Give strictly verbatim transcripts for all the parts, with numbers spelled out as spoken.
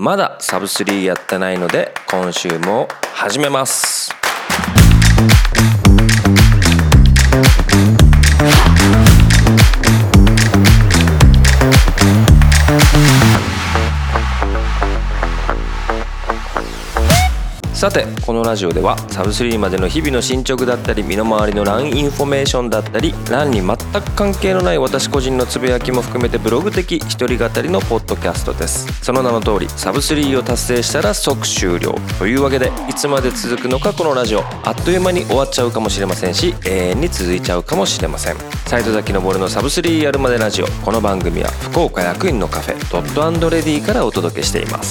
まだサブスリーやってないので今週も始めます。さてこのラジオではサブスリーまでの日々の進捗だったり身の回りの ラン インフォメーションだったり ラン に全く関係のない私個人のつぶやきも含めてブログ的一人語りのポッドキャストです。その名の通りサブスリーを達成したら即終了というわけで、いつまで続くのかこのラジオ、あっという間に終わっちゃうかもしれませんし永遠に続いちゃうかもしれません。斉藤崎昇のサブスリーやるまでラジオ。この番組は福岡薬院のカフェドット&レディからお届けしています。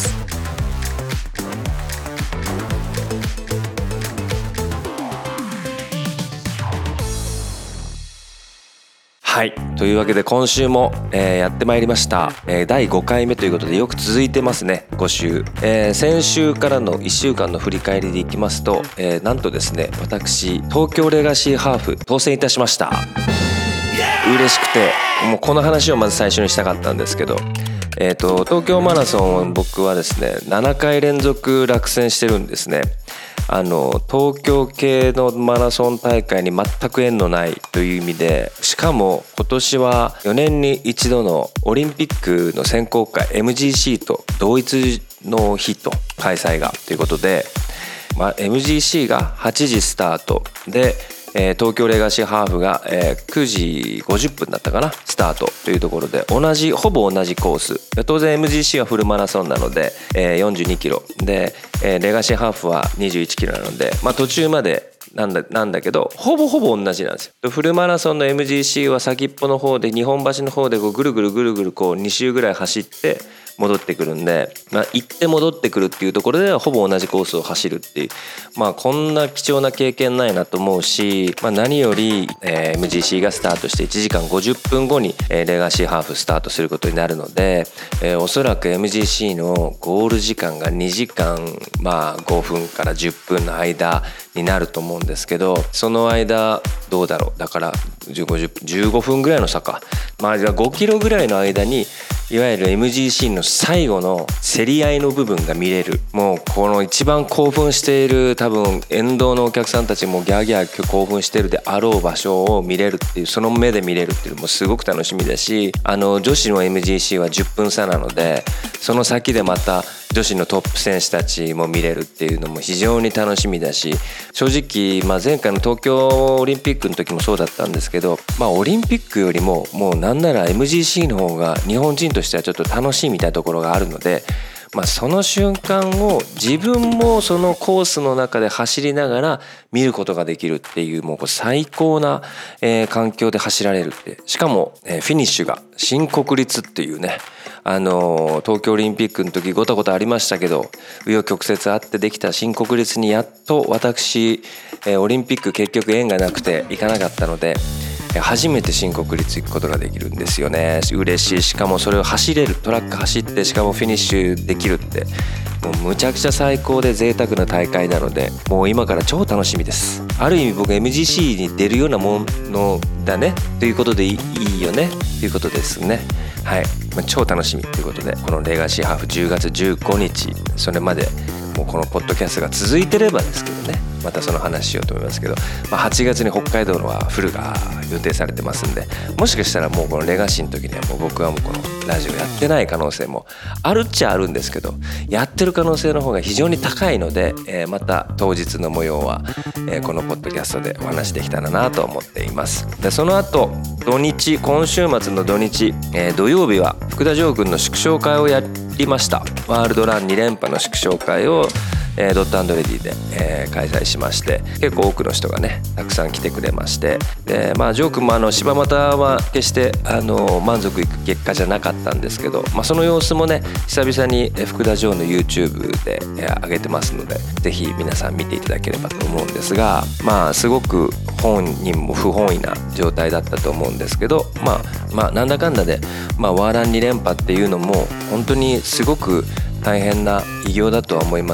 はい、というわけで今週も、えー、やってまいりました、えー、だいごかいめということでよく続いてますね。ご週、えー、先週からのいっしゅうかんの振り返りでいきますと、えー、なんとですね、私東京レガシーハーフ当選いたしました。嬉しくてもうこの話をまず最初にしたかったんですけど、えーと、東京マラソン僕はですねななかい連続落選してるんですね。あの東京系のマラソン大会に全く縁のないという意味で、しかも今年はよねんに一度のオリンピックの選考会 エムジーシー と同一の日と開催がということで、まあ、エムジーシー がはちじスタートで、えー、東京レガシーハーフが、えー、くじごじゅっぷんだったかなスタートというところで、同じほぼ同じコース。当然 エムジーシー はフルマラソンなので、えー、よんじゅうにキロで、えー、レガシーハーフはにじゅういちキロなので、まあ、途中までなんだ、なんだけどほぼほぼ同じなんですよ。フルマラソンの エムジーシー は先っぽの方で日本橋の方でこうぐるぐるぐるぐるこうに周ぐらい走って戻ってくるんで、まあ、行って戻ってくるっていうところではほぼ同じコースを走るっていう、まあこんな貴重な経験ないなと思うし、まあ、何より、えー、エムジーシー がスタートしていちじかんごじゅっぷんごに、えー、レガシーハーフスタートすることになるので、えー、おそらく エムジーシー のゴール時間がにじかん、まあ、ごふんからじゅっぷんの間になると思うんですけど、その間どうだろう、だからじゅうごふんぐらいの差か、まあ、ごキロぐらいの間にいわゆる エムジーシー の最後の競り合いの部分が見れる。もうこの一番興奮している、多分沿道のお客さんたちもギャーギャー興奮しているであろう場所を見れるっていう、その目で見れるっていうのもすごく楽しみだし、あの女子の エムジーシー はじゅっぷん差なので、その先でまた女子のトップ選手たちも見れるっていうのも非常に楽しみだし、正直、まあ、前回の東京オリンピックの時もそうだったんですけど、まあ、オリンピックよりももうなんなら エムジーシー の方が日本人としてはちょっと楽しいみたいなところがあるので、まあ、その瞬間を自分もそのコースの中で走りながら見ることができるっていう、もう最高な、えー、環境で走られるって、しかも、えー、フィニッシュが新国立っていうね、あのー、東京オリンピックの時ごたごたありましたけど、紆余曲折あってできた新国立にやっと私、えー、オリンピック結局縁がなくて行かなかったので、初めて新国立行くことができるんですよね。嬉しい。しかもそれを走れる、トラック走ってしかもフィニッシュできるって、もうむちゃくちゃ最高で贅沢な大会なので、もう今から超楽しみです。ある意味僕 エムジーシー に出るようなものだねということでいいよねということですね。はい、まあ、超楽しみということで、このレガシーハーフじゅうがつじゅうごにち、それまでもうこのポッドキャストが続いてればですけどね、またその話しようと思いますけど、まあ、はちがつに北海道のはフルが予定されてますんで、もしかしたらもうこのレガシーの時にはもう僕はもうこのラジオやってない可能性もあるっちゃあるんですけど、やってる可能性の方が非常に高いので、えー、また当日の模様は、えー、このポッドキャストでお話できたらなと思っています。でその後土日、今週末の土日、えー、土曜日は福田城君の祝勝会をやりました。ワールドランに連覇の祝勝会をえー、ドット&レディで、えー、開催しまして、結構多くの人がねたくさん来てくれまして、でまあジョー君もあの柴又は決してあの満足いく結果じゃなかったんですけど、まあ、その様子もね久々に福田城の YouTube で、えー、上げてますので、ぜひ皆さん見ていただければと思うんですが、まあすごく本人も不本意な状態だったと思うんですけど、まあまあなんだかんだで、まあ、ワーランに連覇っていうのも本当にすごく大変な偉業だとは思います。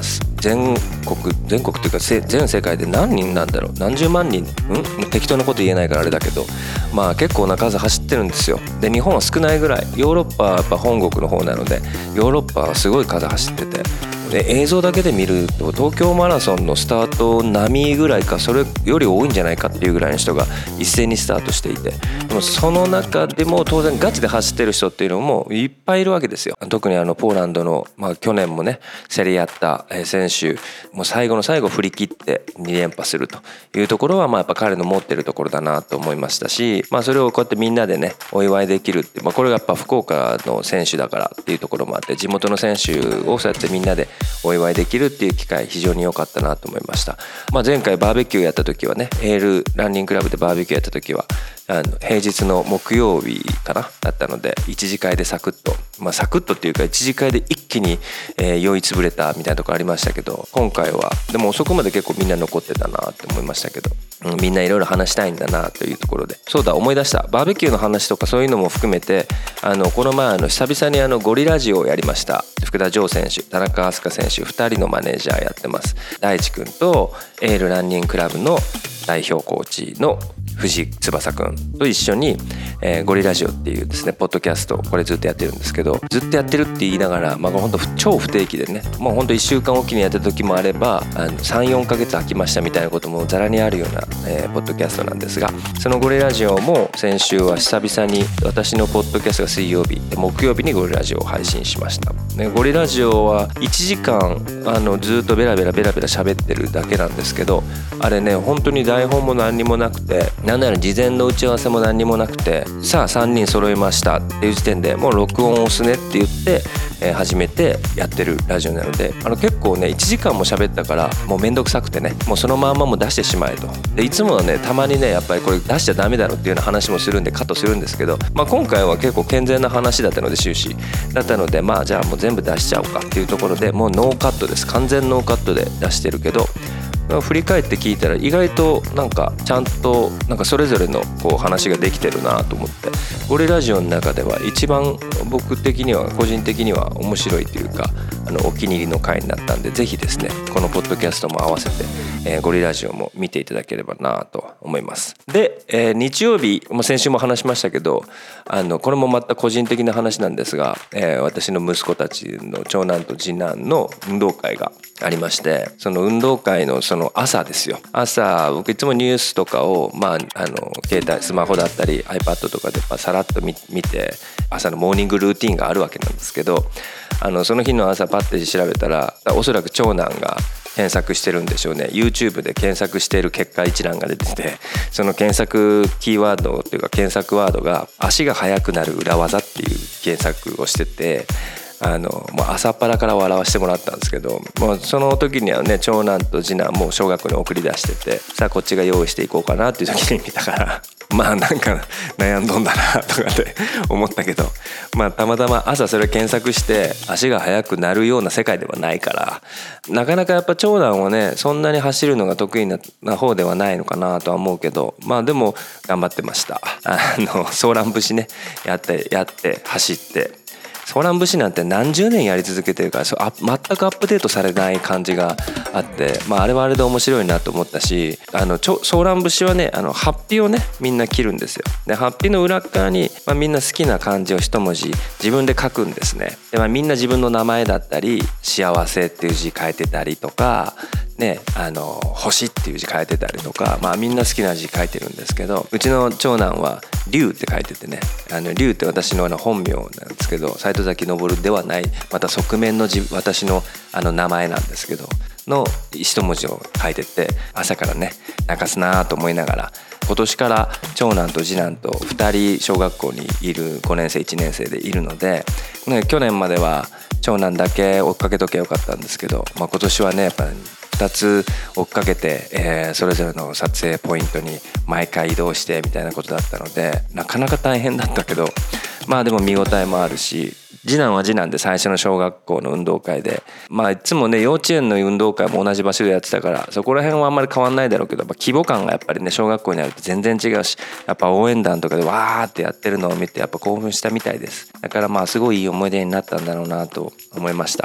全国全国っていうか全世界で何人なんだろう、何十万人、ん適当なこと言えないからあれだけど、まあ結構な数走ってるんですよ。で日本は少ないぐらい、ヨーロッパはやっぱ本国の方なのでヨーロッパはすごい数走ってて、で映像だけで見ると東京マラソンのスタート並みぐらいかそれより多いんじゃないかっていうぐらいの人が一斉にスタートしていて、でもその中でも当然ガチで走ってる人っていうのもいっぱいいるわけですよ。特にあのポーランドの、まあ、去年もね競り合った選手もう最後の最後振り切ってに連覇するというところは、まあやっぱ彼の持ってるところだなと思いましたし、まあそれをこうやってみんなでねお祝いできるって、まあ、これがやっぱ福岡の選手だからっていうところもあって、地元の選手をそうやってみんなでお祝いできるっていう機会非常に良かったなと思いました。まあ、前回バーベキューやった時はね、エールランニングクラブでバーベキューやった時はあの平日の木曜日かなだったので一次会でサクッと、まあサクッとっていうか一次会で一気に、えー、酔いつぶれたみたいなところありましたけど、今回はでも遅くまで結構みんな残ってたなって思いましたけど、うん、みんないろいろ話したいんだなというところで、そうだ思い出した、バーベキューの話とかそういうのも含めてあのこの前あの久々にあのゴリラジオをやりました。福田城選手、田中飛鳥選手ふたりのマネージャーやってます。大地君とエールランニングクラブの代表コーチの藤井翼くんと一緒に、えー、ゴリラジオっていうですねポッドキャスト、これずっとやってるんですけど、ずっとやってるって言いながら、まあ本当超不定期でね、もう本当いっしゅうかんおきにやってた時もあればあの さん,よん ヶ月空きましたみたいなこともざらにあるような、えー、ポッドキャストなんですが、そのゴリラジオも先週は久々に私のポッドキャストが水曜日で木曜日にゴリラジオを配信しました。ね、ゴリラジオはいちじかんあのずっとベラベラベラベラ喋ってるだけなんですけど、あれね本当に台本も何にもなくて、なんなら事前の打ち合わせも何にもなくて、さあさんにん揃いましたっていう時点でもう録音を押すねって言って、えー、始めてやってるラジオなので、あの結構ねいちじかんも喋ったからもうめんどくさくてね、もうそのまんまも出してしまえと。でいつもはねたまにねやっぱりこれ出しちゃダメだろっていうような話もするんでカットするんですけど、まあ、今回は結構健全な話だったので終始だったので、まあじゃあもう全部出しちゃおうかっていうところでもうノーカットです。完全ノーカットで出してるけど、振り返って聞いたら意外となんかちゃんとなんかそれぞれのこう話ができてるなと思って、ゴリラジオの中では一番僕的には個人的には面白いというかあのお気に入りの回になったんで、ぜひですねこのポッドキャストも合わせて、えー、ゴリラジオも見ていただければなと思います。で、えー、日曜日も先週も話しましたけど、あのこれもまた個人的な話なんですが、えー、私の息子たちの長男と次男の運動会がありまして、その運動会のその朝ですよ。朝僕いつもニュースとかを、まあ、あの携帯スマホだったり iPad とかでさらっと 見, 見て朝のモーニングルーティンがあるわけなんですけど、あのその日の朝パッて調べたらおそらく長男が検索してるんでしょうね。 YouTube で検索している結果一覧が出てて、その検索キーワードっていうか検索ワードが足が速くなる裏技っていう検索をしてて、あのもう朝っぱらから笑わせてもらったんですけど、もうその時にはね長男と次男もう小学校に送り出してて、さあこっちが用意していこうかなっていう時に見たからまあなんか悩んどんだなとかって思ったけど、まあたまたま朝それ検索して足が速くなるような世界ではないから、なかなかやっぱ長男はねそんなに走るのが得意な方ではないのかなとは思うけど、まあでも頑張ってました。あのソーラン節ねやってやって走って、ソーラン節なんて何十年やり続けてるからそあ全くアップデートされない感じがあって、まあ、あれはあれで面白いなと思ったし、あのちょソーラン節はねあのハッピーをねみんな切るんですよ。でハッピーの裏側に、まあ、みんな好きな漢字を一文字自分で書くんですね。で、まあ、みんな自分の名前だったり幸せっていう字書いてたりとかね、あの星っていう字書いてたりとか、まあみんな好きな字書いてるんですけど、うちの長男は龍って書いててね、あの龍って私のあの本名なんですけど、斉藤崎昇ではない、また側面の字私のあの名前なんですけどの一文字を書いてて、朝からね泣かすなと思いながら、今年から長男と次男とふたり小学校にいるごねん生いちねん生でいるので、ね、去年までは長男だけ追っかけとけばよかったんですけど、まあ、今年はねやっぱりふたつ追っかけて、えー、それぞれの撮影ポイントに毎回移動してみたいなことだったので、なかなか大変だったけど、まあでも見応えもあるし、次男は次男で最初の小学校の運動会で、まあいつもね幼稚園の運動会も同じ場所でやってたから、そこら辺はあんまり変わんないだろうけど、やっぱ規模感がやっぱりね小学校にあると全然違うし、やっぱ応援団とかでわーってやってるのを見てやっぱ興奮したみたいです。だからまあすごいいい思い出になったんだろうなと思いました。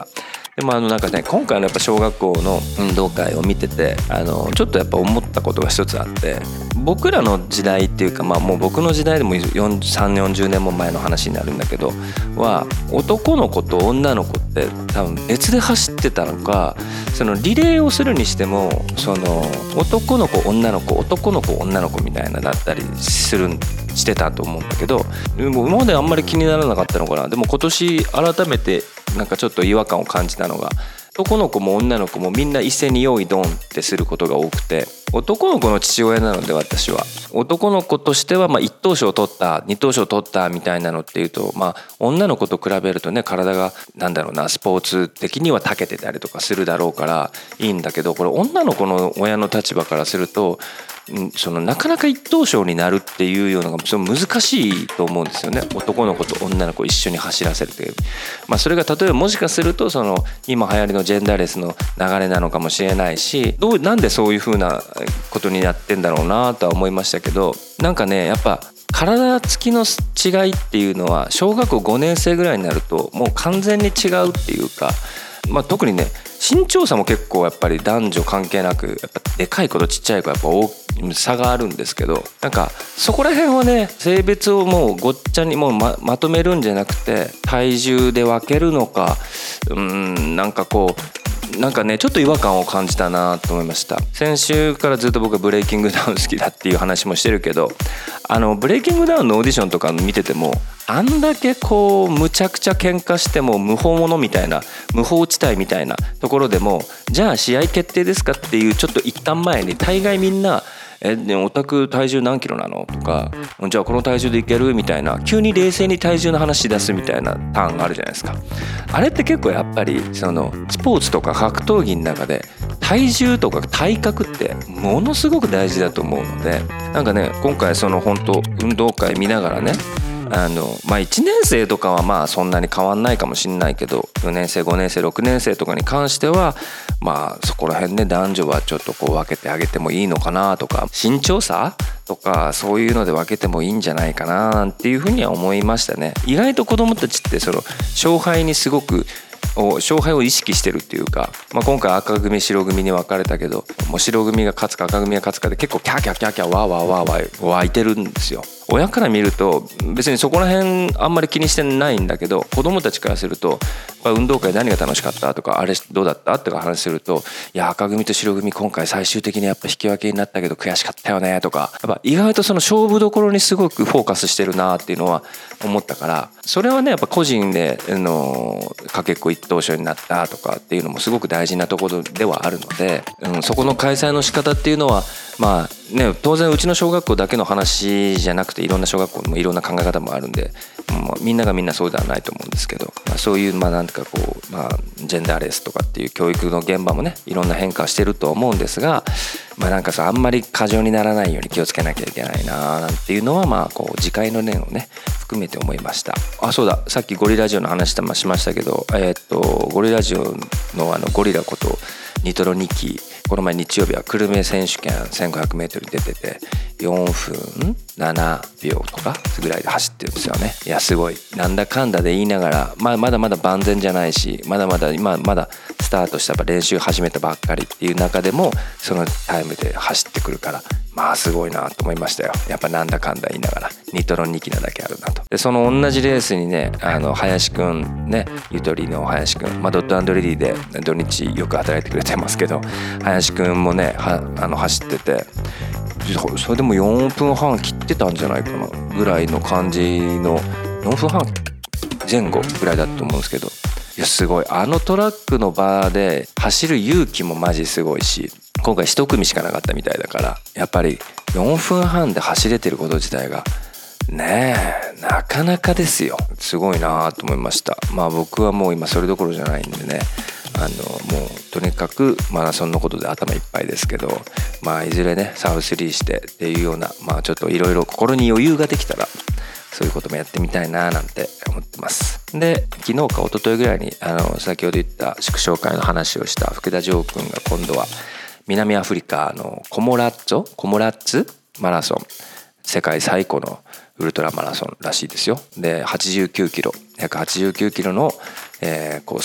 でもあのなんかね、今回のやっぱ小学校の運動会を見てて、あのちょっとやっぱ思ったことが一つあって、僕らの時代っていうか、まあもう僕の時代でもさんじゅう、よんじゅうねんも前の話になるんだけどは、男の子と女の子って多分別で走ってたのか、そのリレーをするにしてもその男の子女の子男の子女の子みたいなだったりするしてたと思うんだけど、でも今まであんまり気にならなかったのかな。でも今年改めてなんかちょっと違和感を感じたのが、男の子も女の子もみんな一斉に用意ドンってすることが多くて、男の子の父親なので私は男の子としてはまあ一等賞を取った二等賞を取ったみたいなのっていうと、まあ女の子と比べるとね、体がなんだろうな、スポーツ的には長けてたりとかするだろうからいいんだけど、これ女の子の親の立場からするとそのなかなか一等賞になるっていうようなのがその難しいと思うんですよね。男の子と女の子を一緒に走らせるという、まあ、それが例えばもしかするとその今流行りのジェンダーレスの流れなのかもしれないし、どうなんでそういう風なことになってんだろうなとは思いましたけど、なんかねやっぱ体つきの違いっていうのは小学校ごねん生ぐらいになるともう完全に違うっていうか、まあ、特にね身長差も結構やっぱり男女関係なくやっぱでかい子とちっちゃい子やっぱ大差があるんですけど、なんかそこら辺はね性別をもうごっちゃにもう ま, まとめるんじゃなくて体重で分けるのか、うーんなんかこうなんかねちょっと違和感を感じたなと思いました。先週からずっと僕はブレイキングダウン好きだっていう話もしてるけど、あのブレイキングダウンのオーディションとか見ててもあんだけこうむちゃくちゃ喧嘩しても無法者みたいな無法地帯みたいなところでも、じゃあ試合決定ですかっていうちょっと一旦前に大概みんなえでオタク体重何キロなのとか、じゃあこの体重でいけるみたいな、急に冷静に体重の話し出すみたいなターンがあるじゃないですか。あれって結構やっぱりそのスポーツとか格闘技の中で体重とか体格ってものすごく大事だと思うので、なんかね今回その本当運動会見ながらね、あのまあいちねん生とかはまあそんなに変わんないかもしれないけど、よねん生ごねん生ろくねん生とかに関してはまあそこら辺ね男女はちょっとこう分けてあげてもいいのかなとか、身長差とかそういうので分けてもいいんじゃないかななんていうふうには思いましたね。意外と子どもたちってその勝敗にすごく勝敗を意識してるっていうか、まあ、今回赤組白組に分かれたけど、もう白組が勝つか赤組が勝つかで結構キャーキャーキャーキャーワーワーワーワー湧いてるんですよ。親から見ると別にそこら辺あんまり気にしてないんだけど、子供たちからすると運動会何が楽しかったとかあれどうだったとか話すると、いや赤組と白組今回最終的にやっぱ引き分けになったけど悔しかったよねとか、やっぱ意外とその勝負どころにすごくフォーカスしてるなっていうのは思ったから、それはねやっぱ個人であのかけっこ一等賞になったとかっていうのもすごく大事なところではあるので、うん、そこの開催の仕方っていうのはまあね当然うちの小学校だけの話じゃなくていろんな小学校にもいろんな考え方もあるんで、もうみんながみんなそうではないと思うんですけど、まあ、そういうまあなんかこう、まあ、ジェンダーレスとかっていう教育の現場もねいろんな変化してると思うんですが、まあなんかさあんまり過剰にならないように気をつけなきゃいけないななんていうのはまあこう次回の念をね含めて思いました。あ、そうだ、さっきゴリラジオの話しましたけど、えー、っとゴリラジオのあのゴリラことニトロニキ、この前日曜日は久留米選手権せんごひゃくメートルに出ててよんぷんななびょうとかぐらいで走ってるんですよね。いやすごい、なんだかんだで言いながら、まあ、まだまだ万全じゃないし、まだまだ今まだスタートした練習始めたばっかりっていう中でもそのタイムで走ってくるから、まあすごいなと思いましたよ。やっぱなんだかんだ言いながらニトロにきなだけあるなと。でその同じレースにねあの林くんね、ゆとりの林くん、まあ、ドット&レディで土日よく働いてくれてますけど、林くんもねはあの走ってて、それでもよんぷんはん切ってたんじゃないかなぐらいの感じのよんぷんはん前後ぐらいだと思うんですけど、いやすごい、あのトラックの場で走る勇気もマジすごいし、今回一組しかなかったみたいだから、やっぱりよんぷんはんで走れてること自体がねえなかなかですよ。すごいなと思いました。まあ僕はもう今それどころじゃないんでね、あのもうとにかくマラソンのことで頭いっぱいですけど、まあいずれねサブスリーしてっていうような、まあちょっといろいろ心に余裕ができたらそういうこともやってみたいななんて思ってます。で昨日か一昨日ぐらいにあの先ほど言った祝勝会の話をした福田城君が今度は南アフリカのコモラッツォコモラッツマラソン、世界最古のウルトラマラソンらしいですよ。ではちじゅうきゅうキロひゃくはちじゅうきゅうキロの、えー、コースと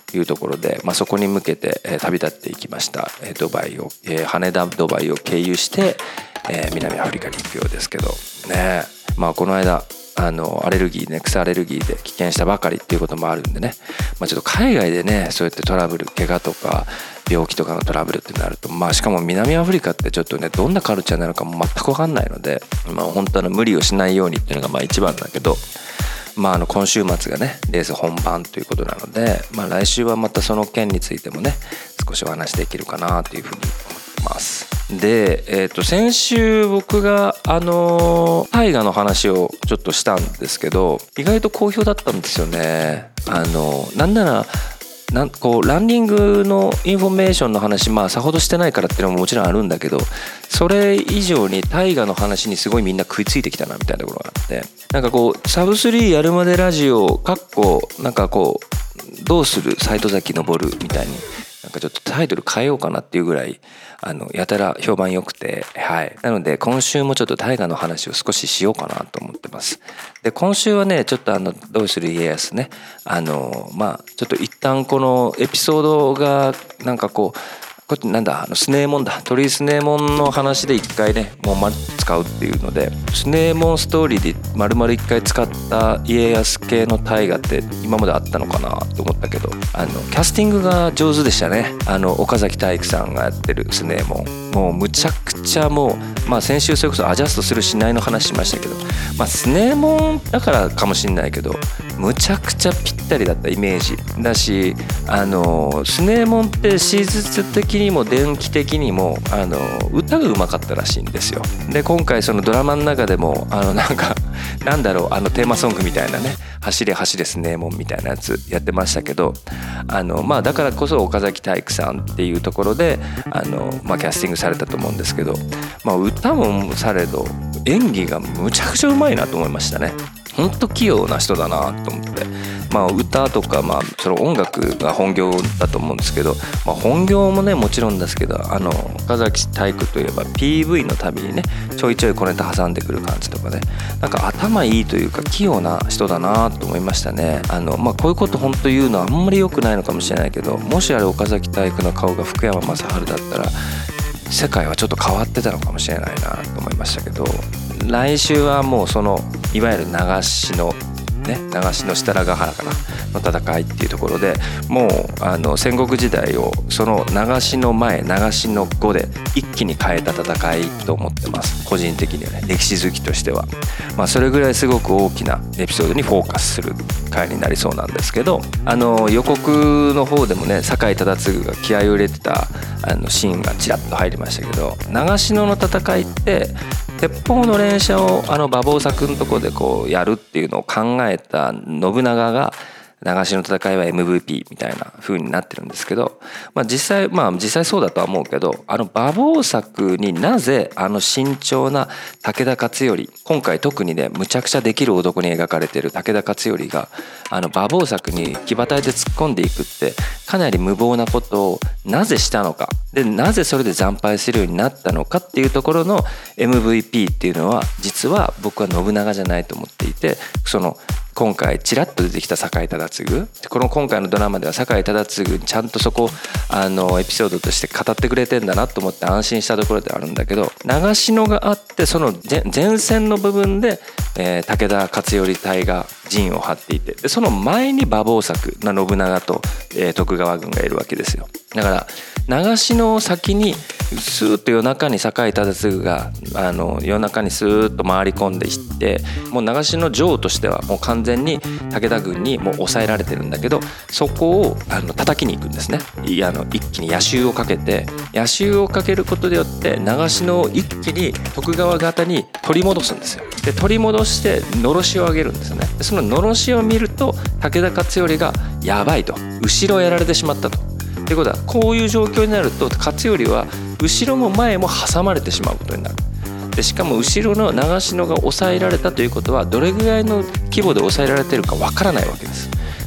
いうところで、まあ、そこに向けて、えー、旅立っていきました。えー、ドバイを、えー、羽田ドバイを経由して、えー、南アフリカに行くようですけどね。まあこの間あのアレルギーね草アレルギーで棄権したばかりっていうこともあるんでね、まあ、ちょっと海外でねそうやってトラブル怪我とか病気とかのトラブルってなると、まあしかも南アフリカってちょっとねどんなカルチャーなのかも全く分かんないので、まあ本当の無理をしないようにっていうのがまあ一番だけど、まああの今週末がねレース本番ということなので、まあ来週はまたその件についてもね少しお話できるかなというふうに思ってます。で、えー、と先週僕があの大河の話をちょっとしたんですけど、意外と好評だったんですよね。あのなんならなんこうランニングのインフォメーションの話、まあさほどしてないからっていうのももちろんあるんだけど、それ以上に大河の話にすごいみんな食いついてきたなみたいなところがあって、なんかこうサブスリーやるまでラジオかっこなんかこうどうする斎藤崎昇みたいになんかちょっとタイトル変えようかなっていうぐらいあのやたら評判良くて、はい、なので今週もちょっと大河の話を少ししようかなと思ってます。で今週はねちょっとあのどうする家康ね、あのまあちょっと一旦このエピソードがなんかこうこれなんだあのスネーモンだ鳥居スネーモンの話で一回ねもうま使うっていうので、スネーモンストーリーで丸々一回使った家康系の大河って今まであったのかなと思ったけど、あのキャスティングが上手でしたね。あの岡崎体育さんがやってるスネーモン、もうむちゃくちゃもうまあ先週それこそアジャストするしないの話しましたけど、まあスネーモンだからかもしんないけどむちゃくちゃぴったりだったイメージだし、あのスネーモンって史実的にも電気的にもあの歌がうまかったらしいんですよ。で今回そのドラマの中でもあのなんかなんだろうあのテーマソングみたいなね走れ走れスネーモンみたいなやつやってましたけど、あのまあだからこそ岡崎体育さんっていうところであの、まあ、キャスティングされたと思うんですけど、まあ、歌もされど演技がむちゃくちゃうまいなと思いましたね。ほんと器用な人だなと思って、まあ、歌とか、まあ、その音楽が本業だと思うんですけど、まあ、本業もねもちろんですけど、あの岡崎体育といえば ピーブイ のたびにねちょいちょい小ネタ挟んでくる感じとかね、なんか頭いいというか器用な人だなと思いましたね。あの、まあ、こういうこと本当言うのはあんまり良くないのかもしれないけど、もしあれ岡崎体育の顔が福山雅治だったら世界はちょっと変わってたのかもしれないなと思いましたけど、来週はもうそのいわゆる長篠ね、長篠設楽原かなの戦いっていうところで、もうあの戦国時代をその長篠前長篠後で一気に変えた戦いと思ってます。個人的にはね歴史好きとしては、まあ、それぐらいすごく大きなエピソードにフォーカスする回になりそうなんですけど、あの予告の方でもね酒井忠次が気合を入れてたあのシーンがちらっと入りましたけど、長篠の戦いって鉄砲の連射をあの馬防柵のとこでこうやるっていうのを考えた信長が長篠の戦いは エムブイピー みたいな風になってるんですけど、まあ、実際まあ実際そうだとは思うけど、あの馬防柵になぜあの慎重な武田勝頼、今回特にねむちゃくちゃできる男に描かれてる武田勝頼があの馬防柵に騎馬隊で突っ込んでいくってかなり無謀なことをなぜしたのか、でなぜそれで惨敗するようになったのかっていうところの エムブイピー っていうのは実は僕は信長じゃないと思っていて、その今回ちらっと出てきた酒井忠次、この今回のドラマでは酒井忠次にちゃんとそこあのエピソードとして語ってくれてんだなと思って安心したところであるんだけど、長篠があってその前線の部分で、えー、武田勝頼隊が陣を張っていて、でその前に馬防柵な信長と、えー、徳川軍がいるわけですよ。だから長篠を先にスーッと夜中に酒井忠次があの夜中にスーッと回り込んでいって、もう長篠城としてはもう完全に武田軍にもう抑えられてるんだけど、そこをあの叩きに行くんですね。いあの一気に夜襲をかけて、夜襲をかけることによって長篠を一気に徳川方に取り戻すんですよ。で取り戻してのろしを上げるんですよね。でそののろしを見ると武田勝頼がやばいと、後ろをやられてしまったと。ってことはこういう状況になると勝頼は後ろも前も挟まれてしまうことになる。でしかも後ろの長篠が抑えられたということはどれぐらいの規模で抑えられているかわからないわけです。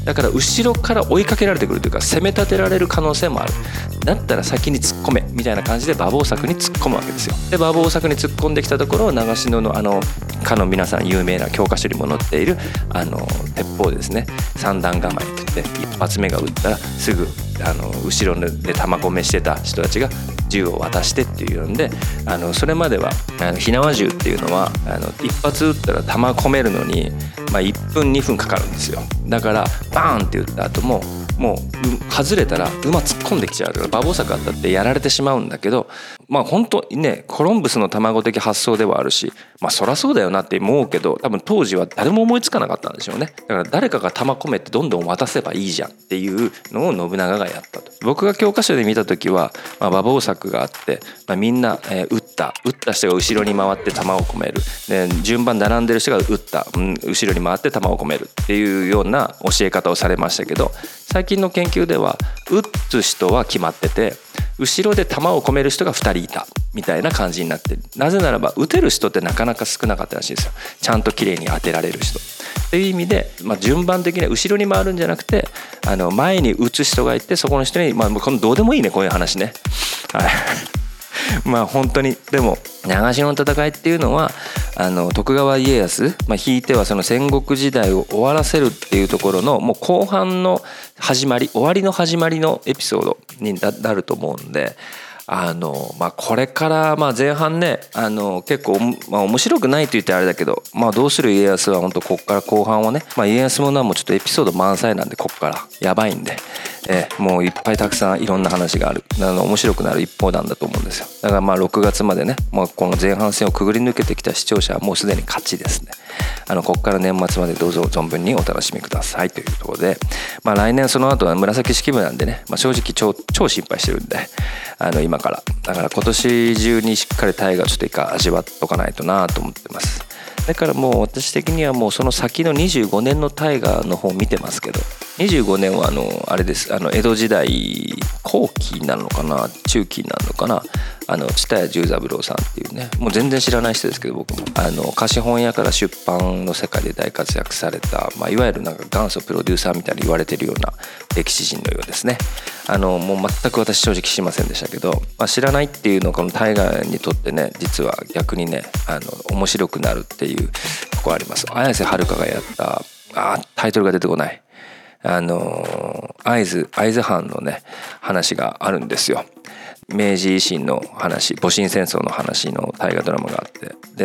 だから後ろから追いかけられてくるというか攻め立てられる可能性もある。だったら先に突っ込めみたいな感じで馬防柵に突っ込むわけですよ。で馬防柵に突っ込んできたところを長篠のあのかの皆さん有名な教科書にも載っているあの鉄砲ですね、三段構えって言って一発目が撃ったらすぐあの後ろで弾込めしてた人たちが銃を渡してっていうので、あのそれまではあの火縄銃っていうのはあの一発撃ったら弾込めるのに、まあ、いっぷんにふんかかるんですよ。だからバーンって撃った後ももう外れたら馬突っ込んできちゃうから馬防柵あったってやられてしまうんだけど、まあ本当にねコロンブスの卵的発想ではあるし、まあそりゃそうだよなって思うけど多分当時は誰も思いつかなかったんでしょうね。だから誰かが弾込めてどんどん渡せばいいじゃんっていうのを信長がやったと。僕が教科書で見た時は、まあ、馬防柵があって、まあ、みんな、えー、撃った撃った人が後ろに回って弾を込めるで順番並んでる人が撃った、うん、後ろに回って弾を込めるっていうような教え方をされましたけど、最近の研究では撃つ人は決まってて後ろで弾を込める人がふたりいたみたいな感じになってる。なぜならば撃てる人ってなかなか少なかったらしいですよ。ちゃんと綺麗に当てられる人っていう意味で、まあ、順番的には後ろに回るんじゃなくてあの前に撃つ人がいてそこの人に、まあ、このどうでもいいねこういう話ね、はい、まあ本当にでも長篠の戦いっていうのはあの徳川家康、まあ、ひいてはその戦国時代を終わらせるっていうところのもう後半の始まり終わりの始まりのエピソードになると思うんで、あのまあ、これからまあ前半ねあの結構、まあ、面白くないと言ってあれだけど、まあ、どうする家康は本当ここから後半はね、まあ、家康もなんもちょっとエピソード満載なんでここからやばいんで、えー、もういっぱいたくさんいろんな話があるあの面白くなる一方なんだと思うんですよ。だからまあろくがつまでね、まあ、この前半戦をくぐり抜けてきた視聴者はもうすでに勝ちですね。あのここから年末までどうぞ存分にお楽しみくださいというところで、まあ、来年その後は紫式部なんでね、まあ、正直 超, 超心配してるんであの今からだから今年中にしっかり大河ちょっと一回味わっとかないとなと思ってます。だからもう私的にはもうその先のにじゅうごねんの大河の方見てますけど、にじゅうごねんはあのあれです、あの江戸時代後期になるのかな中期になるのかな、あの蔦屋十三郎さんっていうね、もう全然知らない人ですけど僕もあの貸本屋から出版の世界で大活躍された、まあ、いわゆるなんか元祖プロデューサーみたいに言われてるような歴史人のようですね。あのもう全く私正直知りませんでしたけど、まあ、知らないっていうのがこの大河にとってね実は逆にねあの面白くなるっていうところあります。綾瀬はるかがやったあタイトルが出てこないあの会津会津藩のね話があるんですよ。明治維新の話、戊辰戦争の話の大河ドラマがあって、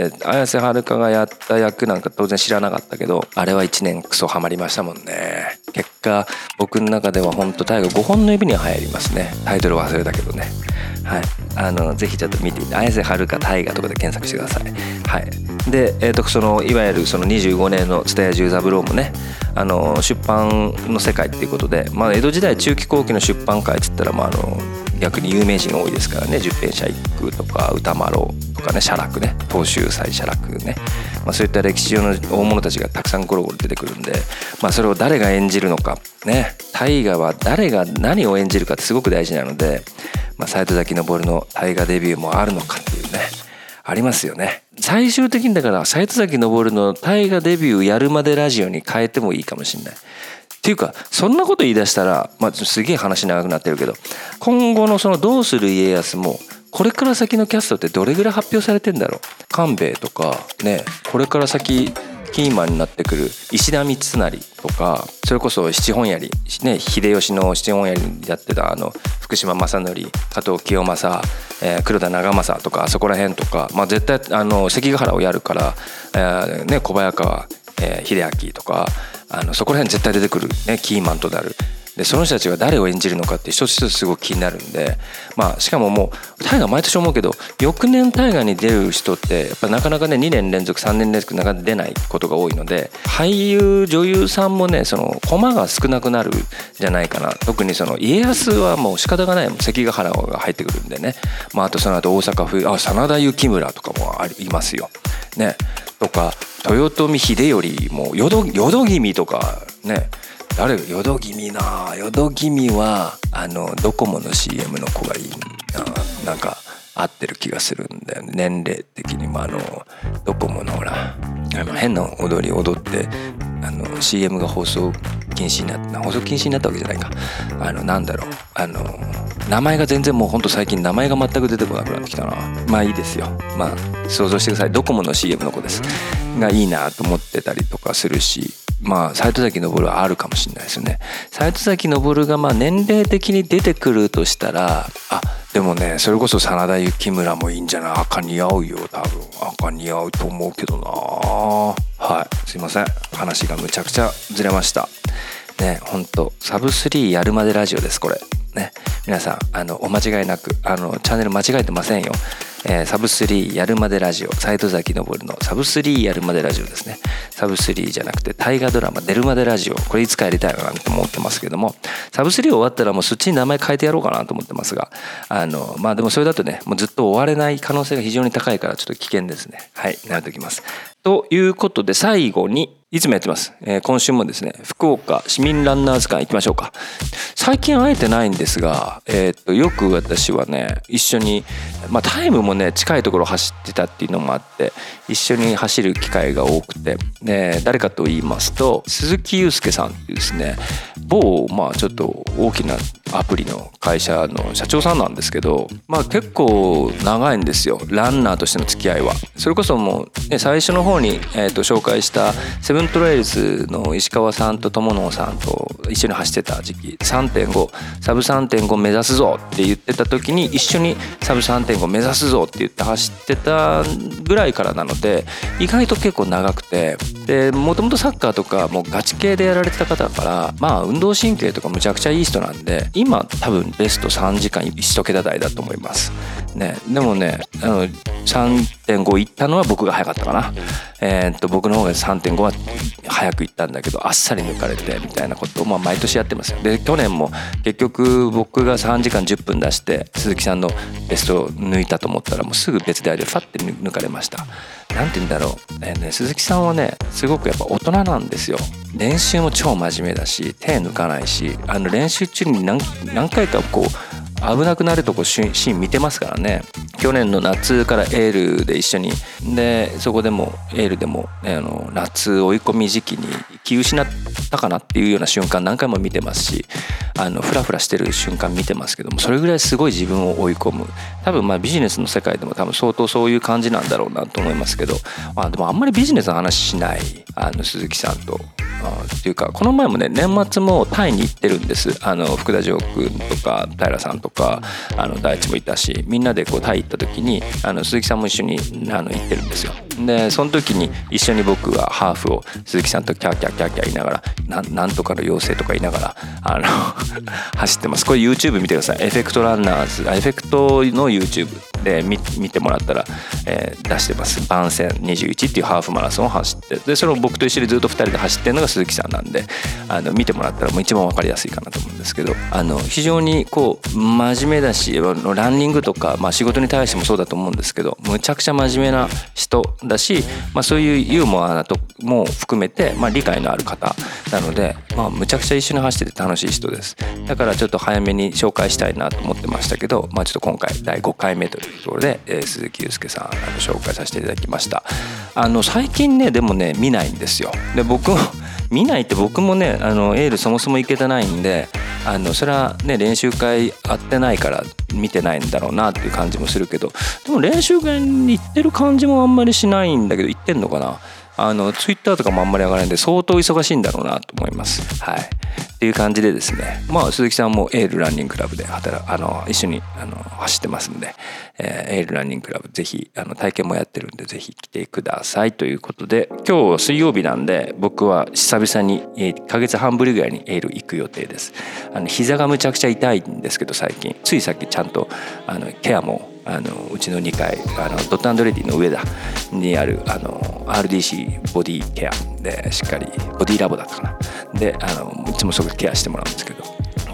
で綾瀬はるかがやった役なんか当然知らなかったけど、あれはいちねんクソハマりましたもんね。結果僕の中では本当大河ごほんの指には入りますね。タイトル忘れたけどね。はい、あのぜひちょっと見てみて、綾瀬はるか大河とかで検索してください。はい、で、えー、とそのいわゆるそのにじゅうごねんの蔦屋十三郎もね、あの出版の世界っていうことで、まあ、江戸時代中期後期の出版界って言ったら、まあ、あの逆に有名人が多いですからね、十返舎一空とか歌麿とかね、写楽ね、東秀斎写楽ね、まあ、そういった歴史上の大物たちがたくさんゴロゴロ出てくるんで、まあ、それを誰が演じるのかね、大河は誰が何を演じるかってすごく大事なので、まあ、斉藤崎昇の大河デビューもあるのかっていうね、ありますよね。最終的にだから斉藤崎昇の大河デビューやるまでラジオに変えてもいいかもしれない。っていうかそんなこと言い出したら、まあ、すげえ話長くなってるけど、今後のそのどうする家康もこれから先のキャストってどれぐらい発表されてんだろう。官兵衛とかね、これから先キーマンになってくる石田三成とか、それこそ七本槍ね、秀吉の七本槍にやってたあの福島正則、加藤清正、えー、黒田長政とか、そこら辺とか、まあ、絶対あの関ヶ原をやるから、えーね、小早川、えー、秀明とか、あのそこら辺絶対出てくる、ね、キーマンとなる。でその人たちが誰を演じるのかって一つ一つすごく気になるんで、まあしかももう大河毎年思うけど、翌年大河に出る人ってやっぱなかなかねにねん連続さんねん連続なかなか出ないことが多いので、俳優女優さんもねその駒が少なくなるんじゃないかな。特にその家康はもう仕方がないもん、関ヶ原が入ってくるんでね、まああとその後大阪府あ真田幸村とかもありますよね、とか豊臣秀頼も淀君とかね、誰が淀君な淀君はあのドコモの シーエム の子がいいな、なんか合ってる気がするんだよね、年齢的にも。あのドコモのほら変な踊り踊ってあの シーエム が放送禁止になって放送禁止になったわけじゃないかあのなんだろうあの名前が全然もうほんと最近名前が全く出てこなくなってきたな。まあいいですよ。まあ想像してください。ドコモの シーエム の子ですがいいなと思ってたりとかするし、まあ斉藤崎昇はあるかもしれないですよね。斉藤崎昇がまあ年齢的に出てくるとしたら、あでもねそれこそ真田幸村もいいんじゃない。赤似合うよ多分。赤似合うと思うけどな。はいすいません話がむちゃくちゃずれましたね。ほんとサブスリーやるまでラジオですこれね。皆さんあのお間違いなくあのチャンネル間違えてませんよ。えー、サブスリーやるまでラジオ、斉藤崎昇のサブスリーやるまでラジオですね。サブスリーじゃなくて大河ドラマ出るまでラジオ、これいつかやりたいなと思ってますけども、サブスリー終わったらもうそっちに名前変えてやろうかなと思ってますが、あのまあでもそれだとねもうずっと終われない可能性が非常に高いからちょっと危険ですね。はいやめておきます。ということで最後にいつもやってます、えー、今週もですね福岡市民ランナーズ館行きましょうか。最近会えてないんですが、えー、っとよく私はね一緒に、まあ、タイムもね近いところ走ってたっていうのもあって一緒に走る機会が多くて、で誰かと言いますと鈴木祐介さんっていうですね某まあちょっと大きなアプリの会社の社長さんなんですけど、まあ結構長いんですよランナーとしての付き合いは。それこそもう、ね、最初の方に、えー、と紹介したセブントレイルズの石川さんと友野さんと一緒に走ってた時期 さんてんご サブ さんてんご 目指すぞって言ってた時に一緒にサブ さんてんご 目指すぞって言って走ってたぐらいからなので意外と結構長くて、でもともとサッカーとかもうガチ系でやられてた方だからまあ運動神経とかむちゃくちゃいい人なんで今多分ベストさんじかん一桁台だと思いますね。でもねあの さんてんご 行ったのは僕が早かったかな。えー、っと僕の方が さんてんご は早く行ったんだけどあっさり抜かれてみたいなことをまあ毎年やってますよ。で去年も結局僕がさんじかんじゅっぷん出して鈴木さんのベストを抜いたと思ったらもうすぐ別台でファッて抜かれました。なんて言うんだろう、えーね、鈴木さんはねすごくやっぱ大人なんですよ。練習も超真面目だし手抜かないし、あの練習中に 何, 何回かこう危なくなるとこシーン見てますからね。去年の夏からエールで一緒にでそこでもエールでも、ね、あの夏追い込み時期に気失ったかなっていうような瞬間何回も見てますし、あのフラフラしてる瞬間見てますけども、それぐらいすごい自分を追い込む。多分まあビジネスの世界でも多分相当そういう感じなんだろうなと思いますけど、まあ、でもあんまりビジネスの話しないあの鈴木さんと。っていうかこの前もね年末もタイに行ってるんです。あの福田城君とか平さんとかあの大地もいたし、みんなでこうタイ行った時にあの鈴木さんも一緒にあの行ってるんですよ。でその時に一緒に僕はハーフを鈴木さんとキャーキャーキャーキャー言いながら な, なんとかの妖精とか言いながらあの走ってます。これ YouTube 見てください。エフェクトランナーズエフェクトの YouTube で 見, 見てもらったら、えー、出してます。番宣にじゅういちっていうハーフマラソンを走って、でそれを僕と一緒にずっとふたりで走ってるのが鈴木さんなんで、あの見てもらったらもう一番分かりやすいかなと思うんですけど、あの非常にこう真面目だし、ランニングとか、まあ、仕事に対してもそうだと思うんですけどむちゃくちゃ真面目な人だし、まあ、そういうユーモアなとも含めて、まあ、理解のある方なので、まあ、むちゃくちゃ一緒に走ってて楽しい人です。だからちょっと早めに紹介したいなと思ってましたけど、まあ、ちょっと今回だいごかいめというところで、えー、鈴木祐介さんあの紹介させていただきました。あの最近ねでもね見ないんですよ。で僕も見ないって僕もねあのエールそもそも行けてないんで、あのそれはね練習会会ってないから見てないんだろうなっていう感じもするけど、でも練習会に行ってる感じもあんまりしないんだけど、行ってんのかな。あのツイッターとかもあんまり上がらないんで相当忙しいんだろうなと思います。はいっていう感じでですね、まあ鈴木さんもエールランニングクラブで働あの一緒にあの走ってますんで、えー、エールランニングクラブぜひあの体験もやってるんでぜひ来てくださいということで、今日水曜日なんで僕は久々にいっかげつはんぶりぐらいにエール行く予定です。あの膝がむちゃくちゃ痛いんですけど最近ついさっきちゃんとあのケアもあのうちのにかいあのドット&レディの上だにあるあの アールディーシー ボディケアでしっかりボディラボだったかなであのいつもすごくケアしてもらうんですけど、今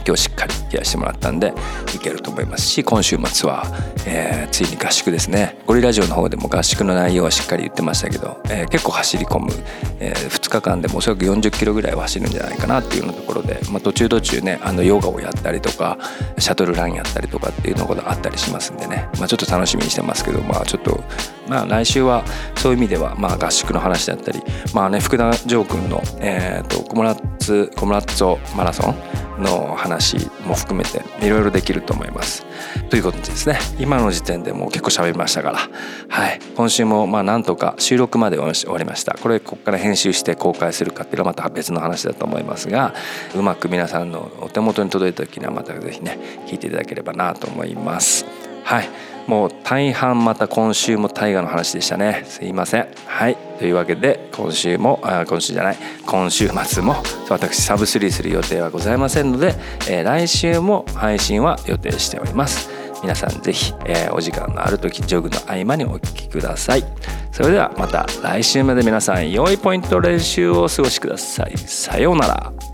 今日しっかりケアしてもらったんでいけると思いますし、今週末は、えー、ついに合宿ですね。ゴリラジオの方でも合宿の内容はしっかり言ってましたけど、えー、結構走り込む、えー、ふつかかんでもおそらくよんじゅっキロぐらいは走るんじゃないかなっていうようなところで、まあ、途中途中ねあのヨガをやったりとかシャトルランやったりとかっていうのがあったりしますんでね、まあ、ちょっと楽しみにしてますけど、まあちょっとまあ来週はそういう意味ではまあ合宿の話だったり、まあね福田城君のえっとコムラッツコムラッツォマラソンの話も含めていろいろできると思います。ということでですね、今の時点でもう結構喋りましたから、はい、今週もまあなんとか収録まで終わりました。これここから編集して公開するかっていうのはまた別の話だと思いますが、うまく皆さんのお手元に届いた時にはまたぜひね聞いていただければなと思います。はい、もう大半また今週も大河の話でしたね。すいません。はい、というわけで今週もあ今週じゃない今週末も私サブスリーする予定はございませんので、えー、来週も配信は予定しております。皆さんぜひ、えー、お時間のある時ジョグの合間にお聞きください。それではまた来週まで皆さん良いポイント練習をお過ごしください。さようなら。